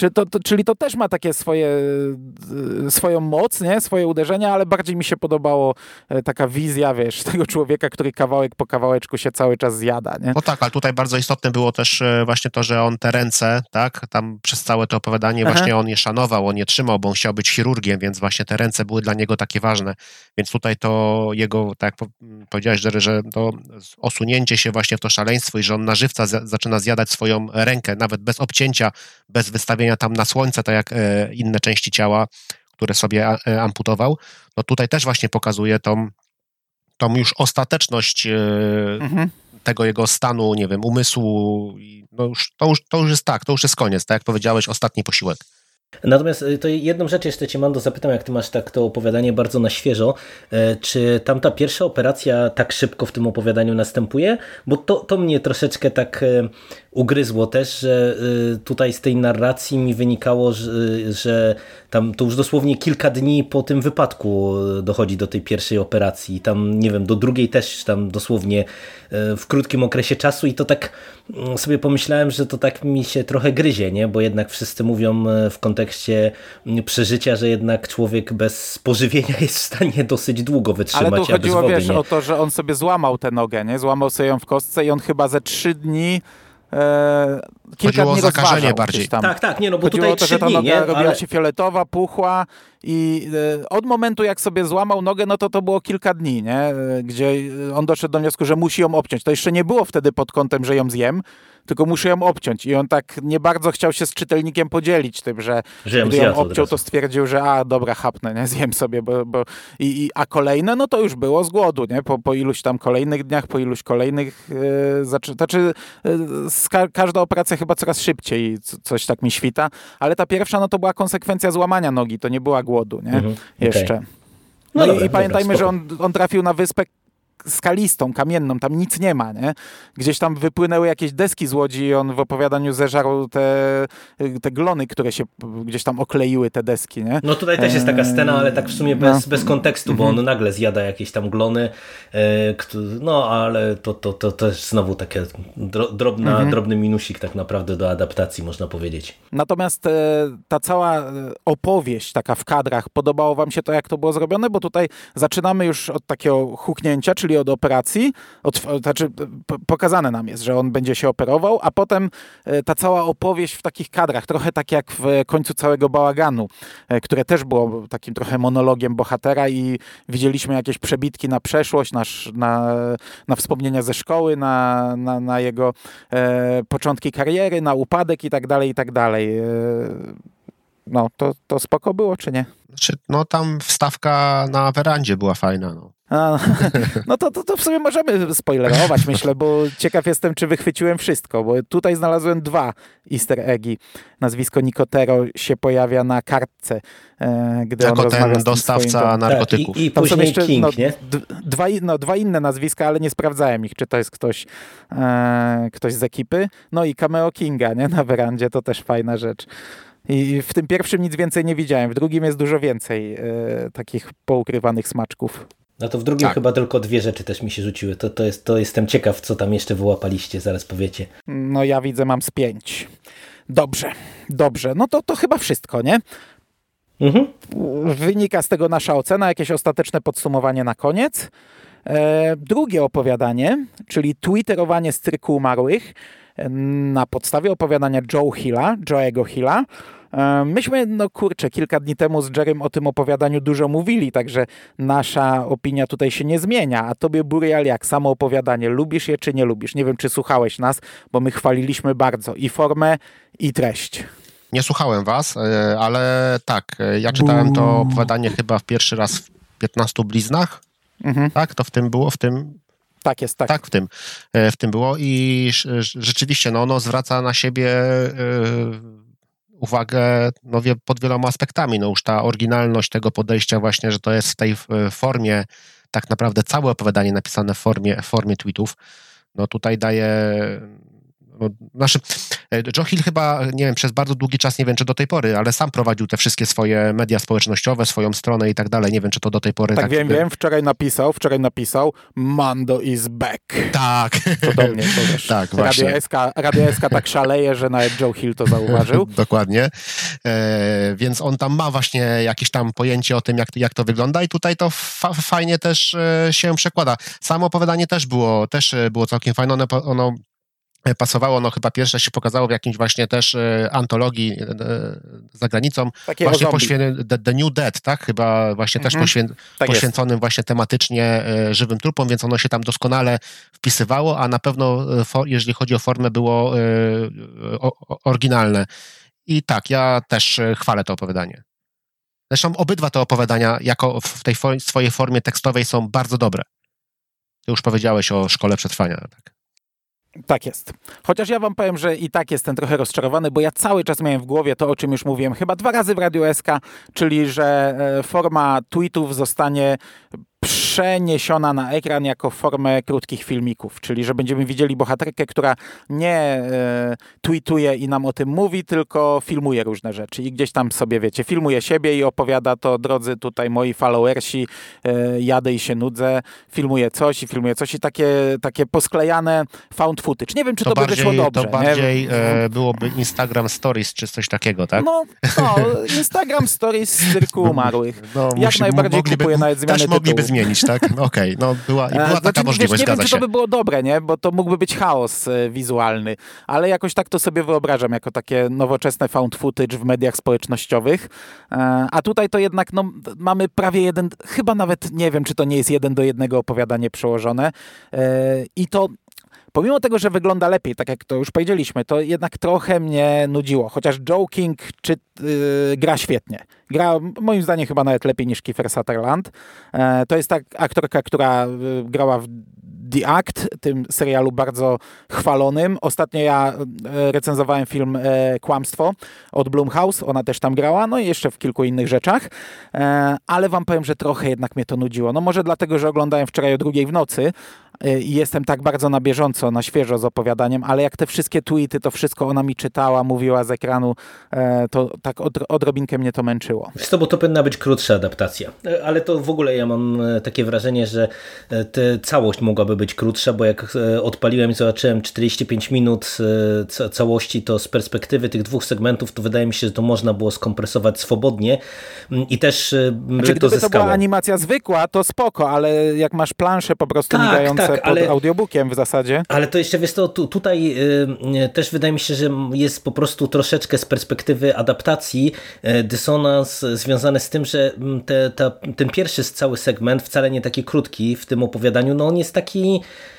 Czyli to też ma takie swoją moc, nie? Swoje uderzenia, ale bardziej mi się podobało taka wizja, wiesz, tego człowieka, który kawałek po kawałeczku się cały czas zjada, nie? No tak, ale tutaj bardzo istotne było też właśnie to, że on te ręce, tak, tam przez całe to opowiadanie właśnie on je szanował, on je trzymał, bo on chciał być chirurgiem, więc właśnie te ręce były dla niego takie ważne. Więc tutaj to jego, tak jak powiedziałeś, Jerry, że to osunięcie się właśnie w to szaleństwo i że on na żywca zaczyna zjadać swoją rękę, nawet bez obcięcia, bez wystawienia tam na słońce, tak jak inne części ciała, które sobie amputował, no tutaj też właśnie pokazuje tą już ostateczność tego jego stanu, nie wiem, umysłu. No to już jest tak, to już jest koniec, tak jak powiedziałeś, ostatni posiłek. Natomiast to jedną rzecz jeszcze cię, Mando, zapytam, jak ty masz tak to opowiadanie bardzo na świeżo, czy tamta pierwsza operacja tak szybko w tym opowiadaniu następuje? Bo to mnie troszeczkę tak ugryzło też, że tutaj z tej narracji mi wynikało, że tam to już dosłownie kilka dni po tym wypadku dochodzi do tej pierwszej operacji. Tam, nie wiem, do drugiej też tam dosłownie w krótkim okresie czasu i to tak sobie pomyślałem, że to tak mi się trochę gryzie, nie? Bo jednak wszyscy mówią w kontekście przeżycia, że jednak człowiek bez pożywienia jest w stanie dosyć długo wytrzymać. Ale tu chodziło, wody, wiesz, nie? o to, że on sobie złamał tę nogę, nie? Złamał sobie ją w kostce i on chyba ze 3 dni kilka dni zakażenie bardziej. Tam. Tak, nie, no bo Chodziło tutaj o to, 3 że ta dni, noga nie? robiła się fioletowa, puchła i od momentu, jak sobie złamał nogę, no to było kilka dni, nie? Gdzie on doszedł do wniosku, że musi ją obciąć. To jeszcze nie było wtedy pod kątem, że ją zjem, tylko muszę ją obciąć. I on tak nie bardzo chciał się z czytelnikiem podzielić tym, że gdy ją obciął, to stwierdził, że dobra, chapnę, nie? Zjem sobie, a kolejne, no to już było z głodu, nie? Po iluś tam kolejnych dniach, po iluś kolejnych każda operacja chyba coraz szybciej, coś tak mi świta, ale ta pierwsza, no to była konsekwencja złamania nogi, to nie była głodu, nie? Jeszcze. Okay. No i pamiętajmy, że on trafił na wyspę skalistą, kamienną, tam nic nie ma, nie? Gdzieś tam wypłynęły jakieś deski z łodzi i on w opowiadaniu zeżarł te glony, które się gdzieś tam okleiły, te deski, nie? No tutaj też jest taka scena, ale tak w sumie bez kontekstu, bo on nagle zjada jakieś tam glony, no ale to też znowu takie drobny minusik tak naprawdę do adaptacji, można powiedzieć. Natomiast ta cała opowieść taka w kadrach, podobało wam się to, jak to było zrobione? Bo tutaj zaczynamy już od takiego huknięcia, czyli od operacji, pokazane nam jest, że on będzie się operował, a potem ta cała opowieść w takich kadrach, trochę tak jak w końcu całego bałaganu, które też było takim trochę monologiem bohatera i widzieliśmy jakieś przebitki na przeszłość, na wspomnienia ze szkoły, na jego początki kariery, na upadek i tak dalej, i tak dalej. No, to spoko było, czy nie? Znaczy, no tam wstawka na werandzie była fajna, no. No to w sumie możemy spoilerować, myślę, bo ciekaw jestem, czy wychwyciłem wszystko, bo tutaj znalazłem 2 easter eggi. Nazwisko Nicotero się pojawia na kartce, gdy jako on rozmawia ten z tym dostawca narkotyków. I później jeszcze, King, nie? Dwa inne nazwiska, ale nie sprawdzałem ich, czy to jest ktoś z ekipy. No i cameo Kinga, nie? Na werandzie, to też fajna rzecz. I w tym pierwszym nic więcej nie widziałem, w drugim jest dużo więcej takich poukrywanych smaczków. No to w drugim chyba tylko 2 rzeczy też mi się rzuciły. To jestem ciekaw, co tam jeszcze wyłapaliście, zaraz powiecie. No ja widzę, mam z 5. Dobrze. No to chyba wszystko, nie? Wynika z tego nasza ocena, jakieś ostateczne podsumowanie na koniec. Drugie opowiadanie, czyli twitterowanie stryku umarłych na podstawie opowiadania Joe'ego Hilla. Myśmy, kilka dni temu z Jerrym o tym opowiadaniu dużo mówili, także nasza opinia tutaj się nie zmienia. A tobie, Burial, jak samo opowiadanie? Lubisz je, czy nie lubisz? Nie wiem, czy słuchałeś nas, bo my chwaliliśmy bardzo i formę, i treść. Nie słuchałem was, ale tak, ja czytałem to opowiadanie chyba pierwszy raz w 15 bliznach. Tak? To w tym było? Tak jest, tak. Tak, w tym było i rzeczywiście ono zwraca na siebie uwagę pod wieloma aspektami. No już ta oryginalność tego podejścia właśnie, że to jest w tej formie, tak naprawdę całe opowiadanie napisane w formie tweetów, no tutaj daje Znaczy, Joe Hill chyba, nie wiem, przez bardzo długi czas, nie wiem, czy do tej pory, ale sam prowadził te wszystkie swoje media społecznościowe, swoją stronę i tak dalej. Nie wiem, czy to do tej pory tak wiem, wczoraj napisał, Mando is back. Tak. To do mnie, to wiesz. Tak, właśnie. Radio SK tak szaleje, że nawet Joe Hill to zauważył. Dokładnie. Więc on tam ma właśnie jakieś tam pojęcie o tym, jak to wygląda i tutaj to fajnie też się przekłada. Samo opowiadanie też było całkiem fajne. Ono pasowało, no chyba pierwsze się pokazało w jakimś właśnie też antologii za granicą, takiego właśnie The New Dead, tak? Chyba właśnie też poświęconym właśnie tematycznie żywym trupom, więc ono się tam doskonale wpisywało, a na pewno jeżeli chodzi o formę było oryginalne. I tak, ja też chwalę to opowiadanie. Zresztą obydwa te opowiadania jako w tej swojej formie tekstowej są bardzo dobre. Ty już powiedziałeś o Szkole Przetrwania, tak? Tak jest. Chociaż ja wam powiem, że i tak jestem trochę rozczarowany, bo ja cały czas miałem w głowie to, o czym już mówiłem chyba 2 razy w Radiu SK, czyli że forma tweetów zostanie przeniesiona na ekran jako formę krótkich filmików, czyli że będziemy widzieli bohaterkę, która nie tweetuje i nam o tym mówi, tylko filmuje różne rzeczy i gdzieś tam sobie, wiecie, filmuje siebie i opowiada to, drodzy tutaj moi followersi, jadę i się nudzę, filmuję coś i takie posklejane found footage. Nie wiem, czy to by wyszło dobrze. To bardziej byłoby Instagram Stories, czy coś takiego, tak? No, Instagram Stories z cyrku umarłych. No, jak najbardziej kupuję nawet zmiany też mogliby zmienić, tak? No, okej, no była taka możliwość, nie zgadza wiem, czy to by było dobre, nie? Bo to mógłby być chaos wizualny, ale jakoś tak to sobie wyobrażam, jako takie nowoczesne found footage w mediach społecznościowych. A tutaj to jednak mamy prawie chyba nawet nie wiem, czy to nie jest 1:1 opowiadanie przełożone. I to pomimo tego, że wygląda lepiej, tak jak to już powiedzieliśmy, to jednak trochę mnie nudziło. Chociaż Joe King gra świetnie. Gra moim zdaniem chyba nawet lepiej niż Kiefer Sutherland. To jest ta aktorka, która grała w The Act, tym serialu bardzo chwalonym. Ostatnio ja recenzowałem film Kłamstwo od Blumhouse. Ona też tam grała, no i jeszcze w kilku innych rzeczach. Ale wam powiem, że trochę jednak mnie to nudziło. No może dlatego, że oglądałem wczoraj o 2:00 w nocy i jestem tak bardzo na bieżąco, na świeżo z opowiadaniem, ale jak te wszystkie tweety, to wszystko ona mi czytała, mówiła z ekranu, to tak odrobinkę mnie to męczyło. Wiesz co, bo to powinna być krótsza adaptacja, ale to w ogóle ja mam takie wrażenie, że całość mogłaby być krótsza, bo jak odpaliłem i zobaczyłem 45 minut całości, to z perspektywy tych 2 segmentów, to wydaje mi się, że to można było skompresować swobodnie i też gdyby to zyskało. To była animacja zwykła, to spoko, ale jak masz planszę po prostu migające pod audiobookiem w zasadzie. Ale to jeszcze, wiesz to tutaj też wydaje mi się, że jest po prostu troszeczkę z perspektywy adaptacji dysonans związany z tym, że ten pierwszy cały segment, wcale nie taki krótki w tym opowiadaniu, no on jest taki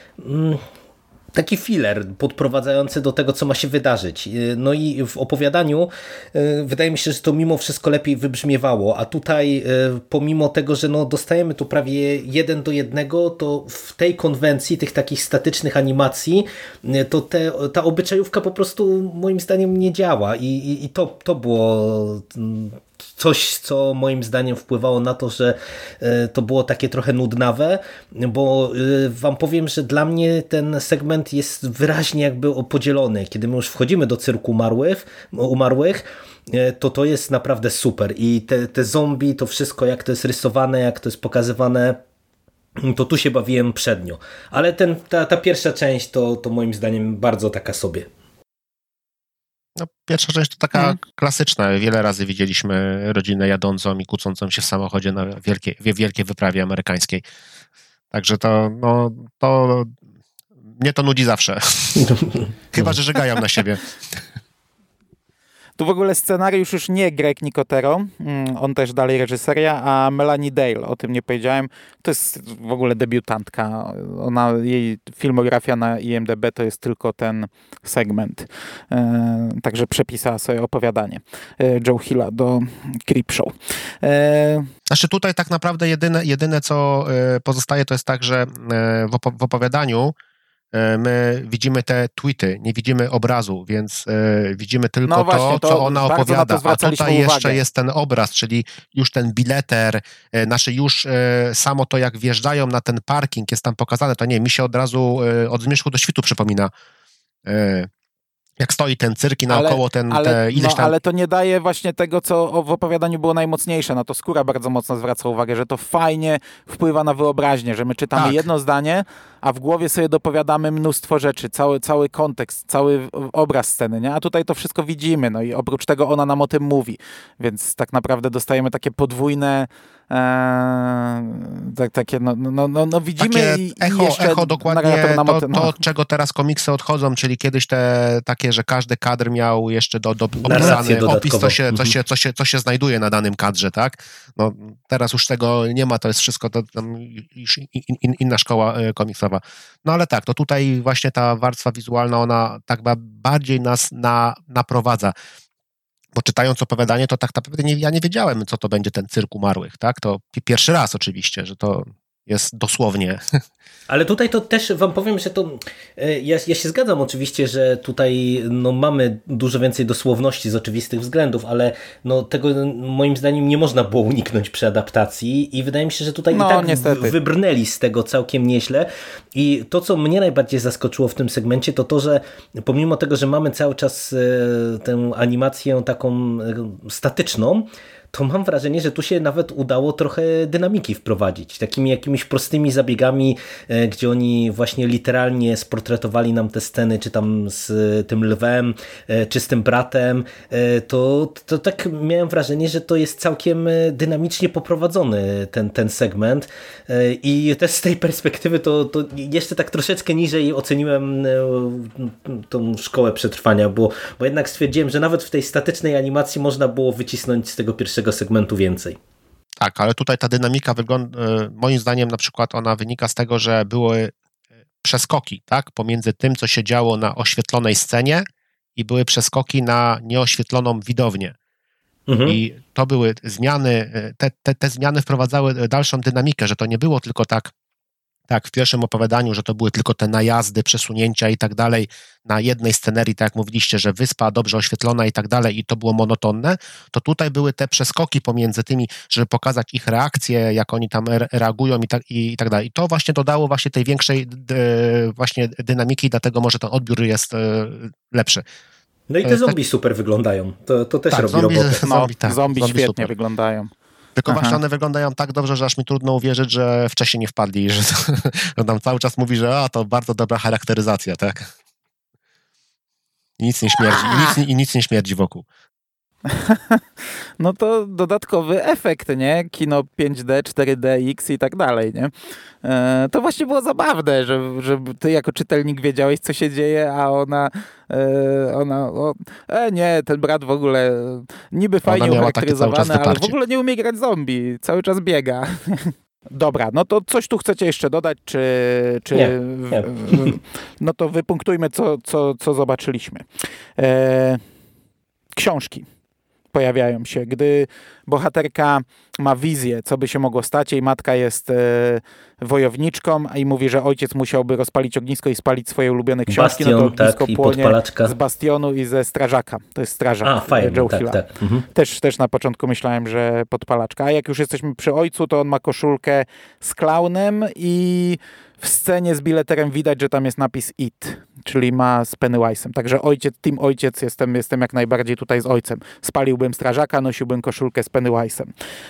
filler podprowadzający do tego, co ma się wydarzyć. No i w opowiadaniu wydaje mi się, że to mimo wszystko lepiej wybrzmiewało, a tutaj pomimo tego, że dostajemy tu prawie 1:1, to w tej konwencji tych takich statycznych animacji to ta obyczajówka po prostu moim zdaniem nie działa i to było coś, co moim zdaniem wpływało na to, że to było takie trochę nudnawe, bo wam powiem, że dla mnie ten segment jest wyraźnie jakby podzielony. Kiedy my już wchodzimy do cyrku umarłych, to jest naprawdę super i te zombie, to wszystko jak to jest rysowane, jak to jest pokazywane, to tu się bawiłem przednio. Ale ta pierwsza część to moim zdaniem bardzo taka sobie. No, pierwsza część to taka klasyczna. Wiele razy widzieliśmy rodzinę jadącą i kłócącą się w samochodzie na wielkiej wyprawie amerykańskiej. Także to mnie to nudzi zawsze. Chyba że żegają na siebie. Tu w ogóle scenariusz już nie Greg Nicotero, on też dalej reżyseria, a Melanie Dale, o tym nie powiedziałem. To jest w ogóle debiutantka. Jej filmografia na IMDb to jest tylko ten segment. Także przepisała sobie opowiadanie Joe Hilla do Creepshow. Znaczy tutaj tak naprawdę jedyne co pozostaje, to jest tak, że w opowiadaniu my widzimy te tweety, nie widzimy obrazu, więc widzimy tylko to, co ona opowiada. A tutaj jeszcze jest ten obraz, czyli już ten bileter, już samo to, jak wjeżdżają na ten parking, jest tam pokazane. To nie, mi się od razu od zmierzchu do świtu przypomina. jak stoi ten cyrk i naokoło ale to nie daje właśnie tego, co w opowiadaniu było najmocniejsze. Na to Skóra bardzo mocno zwraca uwagę, że to fajnie wpływa na wyobraźnię, że my czytamy jedno zdanie, a w głowie sobie dopowiadamy mnóstwo rzeczy, cały kontekst, cały obraz sceny, nie? A tutaj to wszystko widzimy, no i oprócz tego ona nam o tym mówi, więc tak naprawdę dostajemy takie podwójne takie, widzimy takie echo dokładnie to, od czego teraz komiksy odchodzą, czyli kiedyś te takie, że każdy kadr miał jeszcze opisany opis, co się znajduje na danym kadrze, tak? No, teraz już tego nie ma, to jest wszystko to tam już inna szkoła komiksowa. No ale tak, to tutaj właśnie ta warstwa wizualna, ona tak bardziej nas naprowadza. Bo czytając opowiadanie, to tak naprawdę ja nie wiedziałem, co to będzie ten cyrk umarłych, tak? To pierwszy raz oczywiście, że to jest dosłownie. Ale tutaj to też wam powiem, że to ja się zgadzam oczywiście, że tutaj mamy dużo więcej dosłowności z oczywistych względów, ale tego moim zdaniem nie można było uniknąć przy adaptacji i wydaje mi się, że tutaj i tak wybrnęli z tego całkiem nieźle. I to, co mnie najbardziej zaskoczyło w tym segmencie, to, że pomimo tego, że mamy cały czas tę animację taką statyczną, to mam wrażenie, że tu się nawet udało trochę dynamiki wprowadzić. Takimi jakimiś prostymi zabiegami, gdzie oni właśnie literalnie sportretowali nam te sceny, czy tam z tym lwem, czy z tym bratem, to tak miałem wrażenie, że to jest całkiem dynamicznie poprowadzony ten segment i też z tej perspektywy to jeszcze tak troszeczkę niżej oceniłem tą szkołę przetrwania, bo jednak stwierdziłem, że nawet w tej statycznej animacji można było wycisnąć z tego pierwszego segmentu więcej. Tak, ale tutaj ta dynamika wygląda, moim zdaniem na przykład ona wynika z tego, że były przeskoki, tak, pomiędzy tym, co się działo na oświetlonej scenie i były przeskoki na nieoświetloną widownię. Mhm. I to były zmiany, te zmiany wprowadzały dalszą dynamikę, że to nie było tylko tak w pierwszym opowiadaniu, że to były tylko te najazdy, przesunięcia i tak dalej na jednej scenerii, tak jak mówiliście, że wyspa dobrze oświetlona i tak dalej i to było monotonne, to tutaj były te przeskoki pomiędzy tymi, żeby pokazać ich reakcje, jak oni tam reagują i tak dalej. I to właśnie dodało właśnie tej większej właśnie dynamiki, dlatego może ten odbiór jest lepszy. No i te zombie super wyglądają. To też robi robotę. Zombie świetnie super wyglądają. Tylko właśnie one wyglądają tak dobrze, że aż mi trudno uwierzyć, że wcześniej nie wpadli, że nam cały czas mówi, że to bardzo dobra charakteryzacja, tak? I nic nie śmierdzi, nic nie śmierdzi wokół. No to dodatkowy efekt, nie? Kino 5D, 4DX i tak dalej, nie? To właśnie było zabawne, że ty jako czytelnik wiedziałeś, co się dzieje, a ona nie, ten brat w ogóle niby fajnie ucharakteryzowany, ale w ogóle nie umie grać zombie, cały czas biega. Dobra, no to coś tu chcecie jeszcze dodać, czy nie. No to wypunktujmy, co zobaczyliśmy. Książki pojawiają się, gdy bohaterka ma wizję, co by się mogło stać. Jej matka jest wojowniczką i mówi, że ojciec musiałby rozpalić ognisko i spalić swoje ulubione książki. Bastion, no to ognisko płonie z Bastionu i ze Strażaka. To jest Strażak Joe Hilla. Tak. Mhm. Też na początku myślałem, że podpalaczka. A jak już jesteśmy przy ojcu, to on ma koszulkę z klaunem i w scenie z bileterem widać, że tam jest napis It, czyli ma z Pennywise'em. Także team ojciec, jestem jak najbardziej tutaj z ojcem. Spaliłbym Strażaka, nosiłbym koszulkę z Pennywise'em.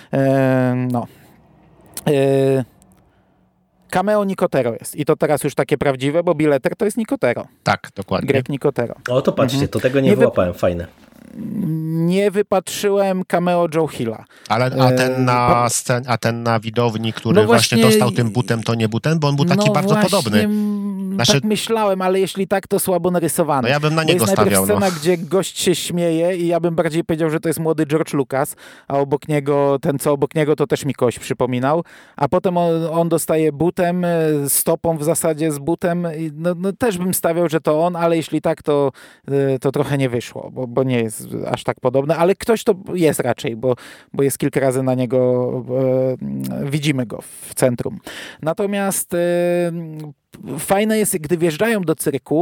Cameo Nicotero jest. I to teraz już takie prawdziwe, bo bileter to jest Nicotero. Tak, dokładnie. Greg Nicotero. O, to patrzcie, to tego nie wyłapałem. Fajne. Nie wypatrzyłem cameo Joe Hilla. Ale ten na widowni, który właśnie dostał tym butem, to nie butem, bo on był taki bardzo podobny. Tak myślałem, ale jeśli tak, to słabo narysowane. No ja bym na niego stawiał. Jest najpierw scena, gdzie gość się śmieje i ja bym bardziej powiedział, że to jest młody George Lucas, a obok niego, ten co obok niego, to też mi kogoś przypominał. A potem on dostaje butem, stopą w zasadzie z butem. No też bym stawiał, że to on, ale jeśli tak, to trochę nie wyszło, bo nie jest aż tak podobne, ale ktoś to jest raczej, bo jest kilka razy na niego, widzimy go w centrum. Natomiast fajne jest, gdy wjeżdżają do cyrku,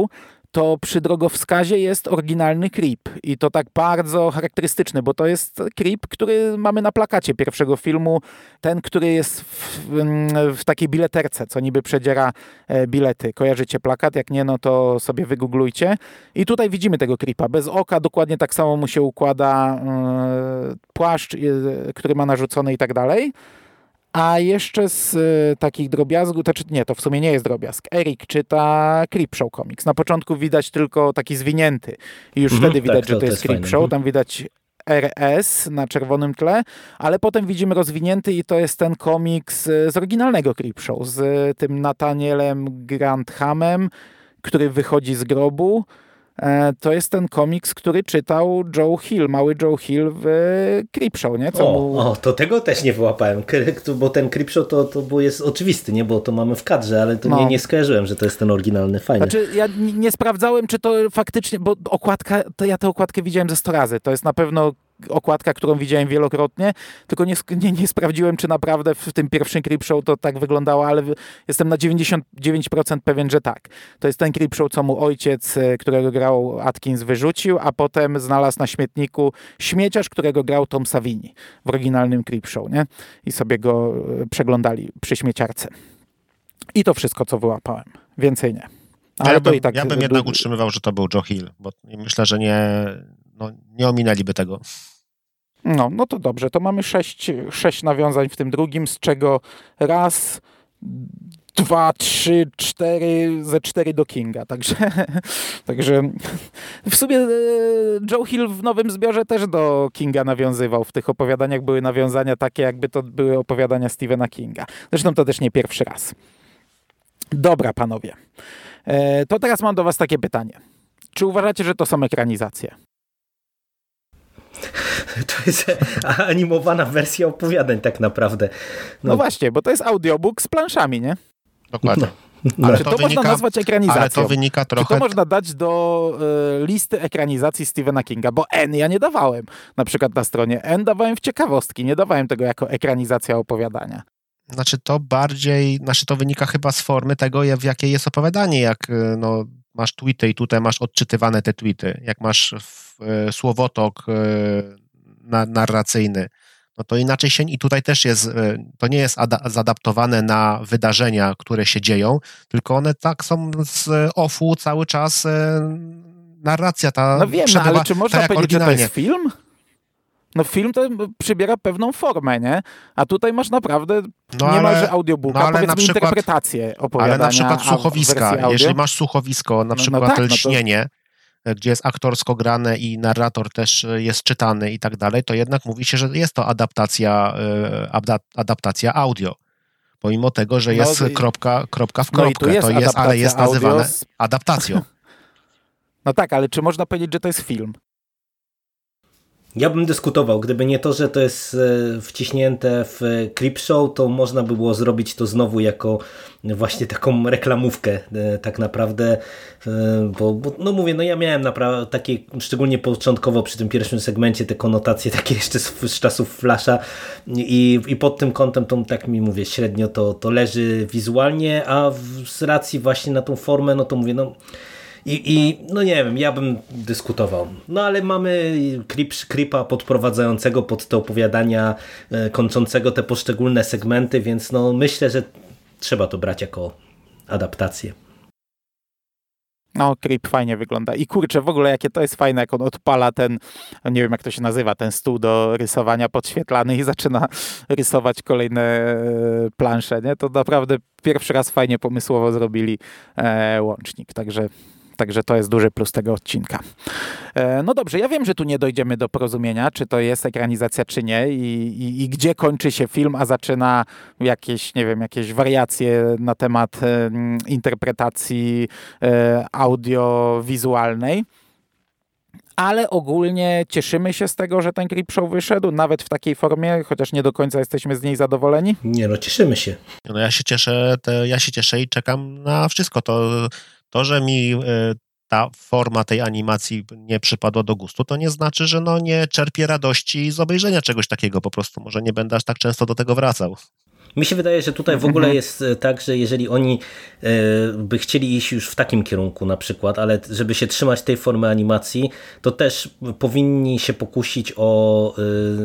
to przy drogowskazie jest oryginalny Creep i to tak bardzo charakterystyczny, bo to jest Creep, który mamy na plakacie pierwszego filmu, ten, który jest w takiej bileterce, co niby przedziera bilety. Kojarzycie plakat? Jak nie, no to sobie wygooglujcie. I tutaj widzimy tego Creepa. Bez oka dokładnie tak samo mu się układa płaszcz, który ma narzucony i tak dalej. A jeszcze z takich drobiazgów, to w sumie nie jest drobiazg. Erik czyta Creepshow komiks. Na początku widać tylko taki zwinięty. I już wtedy widać, że to jest Creepshow. Tam widać RS na czerwonym tle, ale potem widzimy rozwinięty i to jest ten komiks z oryginalnego Creepshow, z tym Nathanielem Granthamem, który wychodzi z grobu. To jest ten komiks, który czytał Joe Hill, mały Joe Hill w Creepshow, nie? To tego też nie wyłapałem, bo ten Creepshow to jest oczywisty, nie? Bo to mamy w kadrze, ale to nie skojarzyłem, że to jest ten oryginalny, fajny. Znaczy, ja nie sprawdzałem, czy to faktycznie, bo ja tę okładkę widziałem ze 100 razy, to jest na pewno okładka, którą widziałem wielokrotnie, tylko nie sprawdziłem, czy naprawdę w tym pierwszym Creepshow to tak wyglądało, ale jestem na 99% pewien, że tak. To jest ten Creepshow, co mu ojciec, którego grał Atkins, wyrzucił, a potem znalazł na śmietniku śmieciarz, którego grał Tom Savini w oryginalnym Creepshow, nie? I sobie go przeglądali przy śmieciarce. I to wszystko, co wyłapałem. Więcej nie. Ale ja bym jednak utrzymywał, że to był Joe Hill, bo myślę, że nie ominęliby tego. No to dobrze, to mamy 6 nawiązań w tym drugim, z czego raz, 2, 3, 4, ze 4 do Kinga, także w sumie Joe Hill w nowym zbiorze też do Kinga nawiązywał. W tych opowiadaniach były nawiązania takie, jakby to były opowiadania Stephena Kinga. Zresztą to też nie pierwszy raz. Dobra, panowie. To teraz mam do was takie pytanie. Czy uważacie, że to są ekranizacje? To jest animowana wersja opowiadań tak naprawdę. No właśnie, bo to jest audiobook z planszami, nie? Dokładnie. Ale czy to można nazwać ekranizacją? Ale to wynika trochę... Czy to można dać do listy ekranizacji Stephena Kinga? Bo N ja nie dawałem. Na przykład na stronie N dawałem w ciekawostki. Nie dawałem tego jako ekranizacja opowiadania. To wynika chyba z formy tego, w jakiej jest opowiadanie. Jak masz tweety i tutaj masz odczytywane te tweety. Jak masz słowotok narracyjny, no to inaczej się... I tutaj też jest... To nie jest zadaptowane na wydarzenia, które się dzieją, tylko one tak są z offu cały czas narracja ta... No wiem, ale czy można powiedzieć, że to jest film? No film to przybiera pewną formę, nie? A tutaj masz naprawdę niemalże audiobooka, powiedzmy interpretację opowiadania. Ale na przykład słuchowiska. Jeżeli masz słuchowisko, na przykład Lśnienie, gdzie jest aktorsko grane i narrator też jest czytany i tak dalej, to jednak mówi się, że jest to adaptacja audio. Pomimo tego, że jest kropka w kropkę. Ale jest nazywane adaptacją. No tak, ale czy można powiedzieć, że to jest film? Ja bym dyskutował. Gdyby nie to, że to jest wciśnięte w Creepshow, to można by było zrobić to znowu jako właśnie taką reklamówkę tak naprawdę, bo no mówię, no ja miałem naprawdę takie, szczególnie początkowo przy tym pierwszym segmencie, te konotacje takie jeszcze z czasów Flasha i pod tym kątem to tak mi mówię, średnio to leży wizualnie, a z racji właśnie na tą formę, no to mówię, no no nie wiem, ja bym dyskutował. No ale mamy Creepa podprowadzającego pod te opowiadania, kończącego te poszczególne segmenty, więc no myślę, że trzeba to brać jako adaptację. No, Creep fajnie wygląda. I kurczę, w ogóle jakie to jest fajne, jak on odpala ten, nie wiem jak to się nazywa, ten stół do rysowania podświetlany i zaczyna rysować kolejne plansze, nie? To naprawdę pierwszy raz fajnie pomysłowo zrobili łącznik, Także to jest duży plus tego odcinka. No dobrze, ja wiem, że tu nie dojdziemy do porozumienia, czy to jest ekranizacja, czy nie i gdzie kończy się film, a zaczyna jakieś wariacje na temat interpretacji audiowizualnej. Ale ogólnie cieszymy się z tego, że ten Creepshow wyszedł, nawet w takiej formie, chociaż nie do końca jesteśmy z niej zadowoleni. Nie no, cieszymy się. No ja się cieszę i czekam na wszystko. To, że mi ta forma tej animacji nie przypadła do gustu, to nie znaczy, że nie czerpię radości z obejrzenia czegoś takiego. Po prostu może nie będę aż tak często do tego wracał. Mi się wydaje, że tutaj w ogóle jest tak, że jeżeli oni by chcieli iść już w takim kierunku na przykład, ale żeby się trzymać tej formy animacji, to też powinni się pokusić o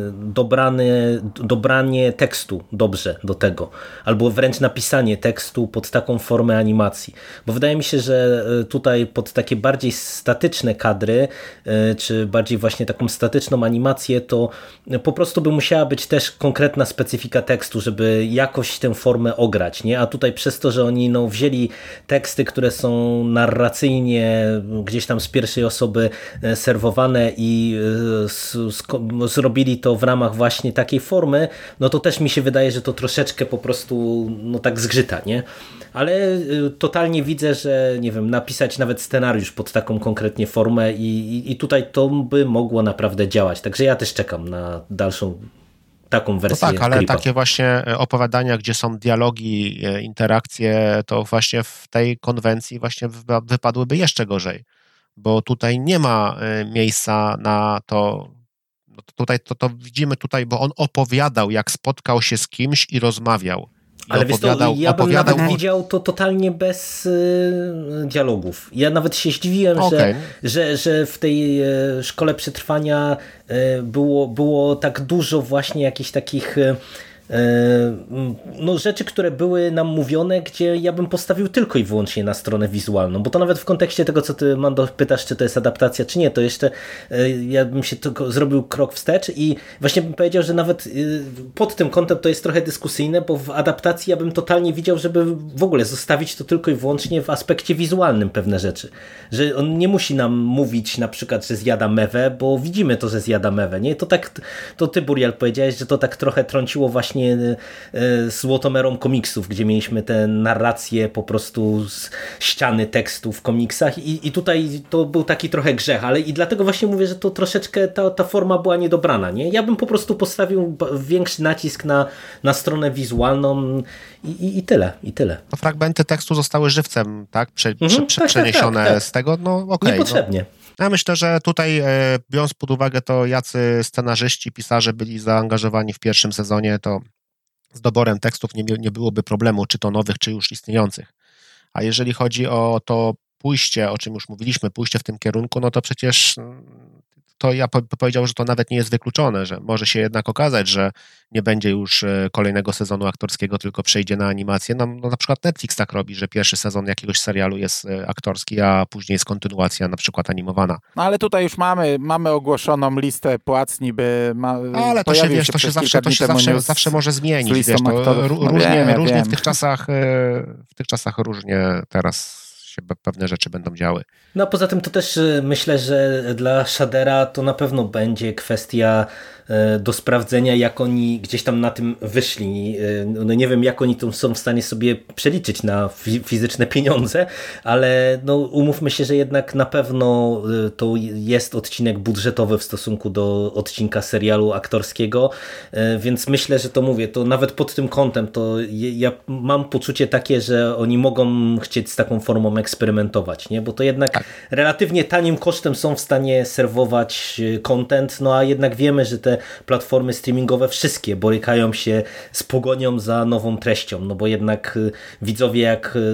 dobranie tekstu dobrze do tego, albo wręcz napisanie tekstu pod taką formę animacji. Bo wydaje mi się, że tutaj pod takie bardziej statyczne kadry, czy bardziej właśnie taką statyczną animację, to po prostu by musiała być też konkretna specyfika tekstu, żeby jakoś tę formę ograć, nie? A tutaj przez to, że oni wzięli teksty, które są narracyjnie gdzieś tam z pierwszej osoby serwowane i zrobili to w ramach właśnie takiej formy, no to też mi się wydaje, że to troszeczkę po prostu tak zgrzyta, nie? Ale totalnie widzę, że nie wiem, napisać nawet scenariusz pod taką konkretnie formę i tutaj to by mogło naprawdę działać. Także ja też czekam na dalszą taką wersję No tak, ale klipa. takie właśnie opowiadania, gdzie są dialogi, interakcje, to właśnie w tej konwencji właśnie wypadłyby jeszcze gorzej, bo tutaj nie ma miejsca na to. Tutaj to widzimy tutaj, bo on opowiadał, jak spotkał się z kimś i rozmawiał. Ale wiesz co, ja bym nawet widział to totalnie bez dialogów. Ja nawet się zdziwiłem, że w tej szkole przetrwania było tak dużo właśnie jakichś takich rzeczy, które były nam mówione, gdzie ja bym postawił tylko i wyłącznie na stronę wizualną, bo to nawet w kontekście tego, co ty, Mando, pytasz, czy to jest adaptacja, czy nie, to jeszcze ja bym się tylko zrobił krok wstecz i właśnie bym powiedział, że nawet pod tym kątem to jest trochę dyskusyjne, bo w adaptacji ja bym totalnie widział, żeby w ogóle zostawić to tylko i wyłącznie w aspekcie wizualnym pewne rzeczy, że on nie musi nam mówić na przykład, że zjada mewę, bo widzimy to, że zjada mewę, nie? To tak, to ty, Burial, powiedziałeś, że to tak trochę trąciło właśnie złotomerą komiksów, gdzie mieliśmy te narracje po prostu z ściany tekstu w komiksach i tutaj to był taki trochę grzech, ale i dlatego właśnie mówię, że to troszeczkę ta forma była niedobrana, nie? Ja bym po prostu postawił większy nacisk na stronę wizualną i tyle. No, fragmenty tekstu zostały żywcem, tak? Przeniesione tak. Z tego, niepotrzebnie. Ja myślę, że tutaj, biorąc pod uwagę to, jacy scenarzyści, pisarze byli zaangażowani w pierwszym sezonie, to z doborem tekstów nie byłoby problemu, czy to nowych, czy już istniejących. A jeżeli chodzi o to pójście, o czym już mówiliśmy, pójście w tym kierunku, no to przecież to ja powiedział, że to nawet nie jest wykluczone, że może się jednak okazać, że nie będzie już kolejnego sezonu aktorskiego, tylko przejdzie na animację. No na przykład Netflix tak robi, że pierwszy sezon jakiegoś serialu jest aktorski, a później jest kontynuacja, na przykład animowana. No ale tutaj już mamy ogłoszoną listę płac, niby ale to się, wiesz, to się zawsze może zmienić, wiesz, to różnie w tych czasach różnie teraz się pewne rzeczy będą działy. No a poza tym to też myślę, że dla Shadera to na pewno będzie kwestia do sprawdzenia, jak oni gdzieś tam na tym wyszli. No nie wiem, jak oni to są w stanie sobie przeliczyć na fizyczne pieniądze, ale no umówmy się, że jednak na pewno to jest odcinek budżetowy w stosunku do odcinka serialu aktorskiego, więc myślę, że to mówię, to nawet pod tym kątem to ja mam poczucie takie, że oni mogą chcieć z taką formą eksperymentować, nie? Bo to jednak relatywnie tanim kosztem są w stanie serwować content, no a jednak wiemy, że te platformy streamingowe wszystkie borykają się z pogonią za nową treścią, no bo jednak widzowie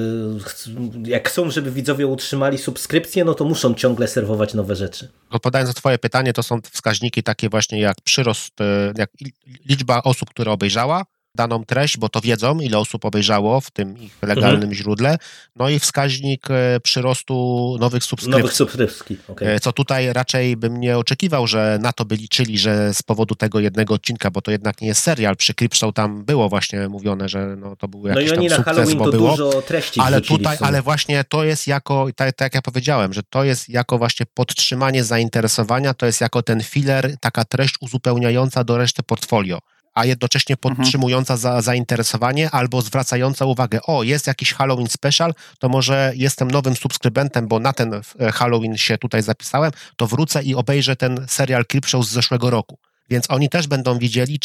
jak chcą, żeby widzowie utrzymali subskrypcję, no to muszą ciągle serwować nowe rzeczy. Odpowiadając na twoje pytanie, to są wskaźniki takie właśnie jak przyrost, jak liczba osób, które obejrzała daną treść, bo to wiedzą, ile osób obejrzało w tym ich legalnym źródle, no i wskaźnik przyrostu nowych subskrypcji. Okay. Co tutaj raczej bym nie oczekiwał, że na to by liczyli, że z powodu tego jednego odcinka, bo to jednak nie jest serial, przy Creepshow tam było właśnie mówione, że no, to był jakiś tam sukces, na Halloween bo to było, dużo treści ale tutaj, ale właśnie to jest jako, tak jak ja powiedziałem, że to jest jako właśnie podtrzymanie zainteresowania, to jest jako ten filler, taka treść uzupełniająca do reszty portfolio, a jednocześnie podtrzymująca zainteresowanie albo zwracająca uwagę, jest jakiś Halloween special, to może jestem nowym subskrybentem, bo na ten Halloween się tutaj zapisałem, to wrócę i obejrzę ten serial Creepshow z zeszłego roku. Więc oni też będą widzieli,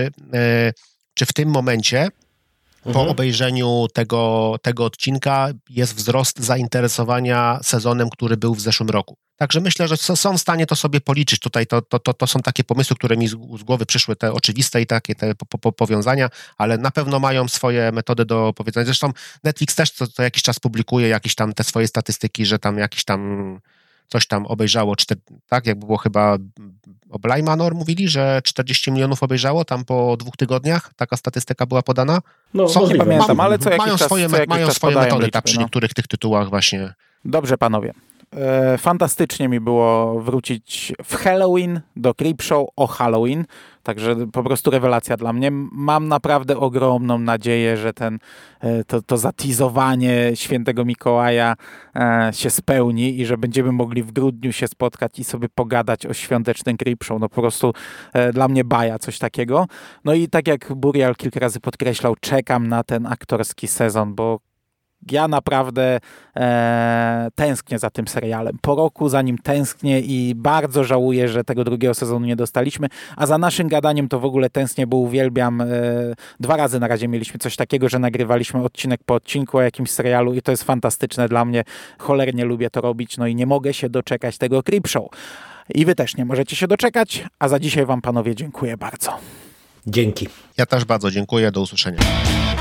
czy w tym momencie po obejrzeniu tego odcinka jest wzrost zainteresowania sezonem, który był w zeszłym roku. Także myślę, że są w stanie to sobie policzyć. Tutaj to są takie pomysły, które mi z głowy przyszły, te oczywiste i takie te powiązania, ale na pewno mają swoje metody do powiedzenia. Zresztą Netflix też co jakiś czas publikuje jakieś tam te swoje statystyki, że tam jakiś tam coś tam obejrzało, tak jak było chyba o Bly Manor mówili, że 40 milionów obejrzało tam po 2 tygodniach, taka statystyka była podana. No, nie pamiętam, ale co jakiś mają czas swoje metody liczby, przy niektórych tych tytułach właśnie. Dobrze, panowie. Fantastycznie mi było wrócić w Halloween do Creepshow o Halloween, także po prostu rewelacja dla mnie. Mam naprawdę ogromną nadzieję, że to zatizowanie Świętego Mikołaja się spełni i że będziemy mogli w grudniu się spotkać i sobie pogadać o świątecznym Creepshow. No po prostu dla mnie baja coś takiego. No i tak jak Burial kilka razy podkreślał, czekam na ten aktorski sezon, bo ja naprawdę tęsknię za tym serialem. Po roku za nim tęsknię i bardzo żałuję, że tego drugiego sezonu nie dostaliśmy, a za naszym gadaniem to w ogóle tęsknię, bo uwielbiam. 2 razy na razie mieliśmy coś takiego, że nagrywaliśmy odcinek po odcinku o jakimś serialu i to jest fantastyczne dla mnie. Cholernie lubię to robić, no i nie mogę się doczekać tego Creepshow. I wy też nie możecie się doczekać, a za dzisiaj wam, panowie, dziękuję bardzo. Dzięki. Ja też bardzo dziękuję, do usłyszenia.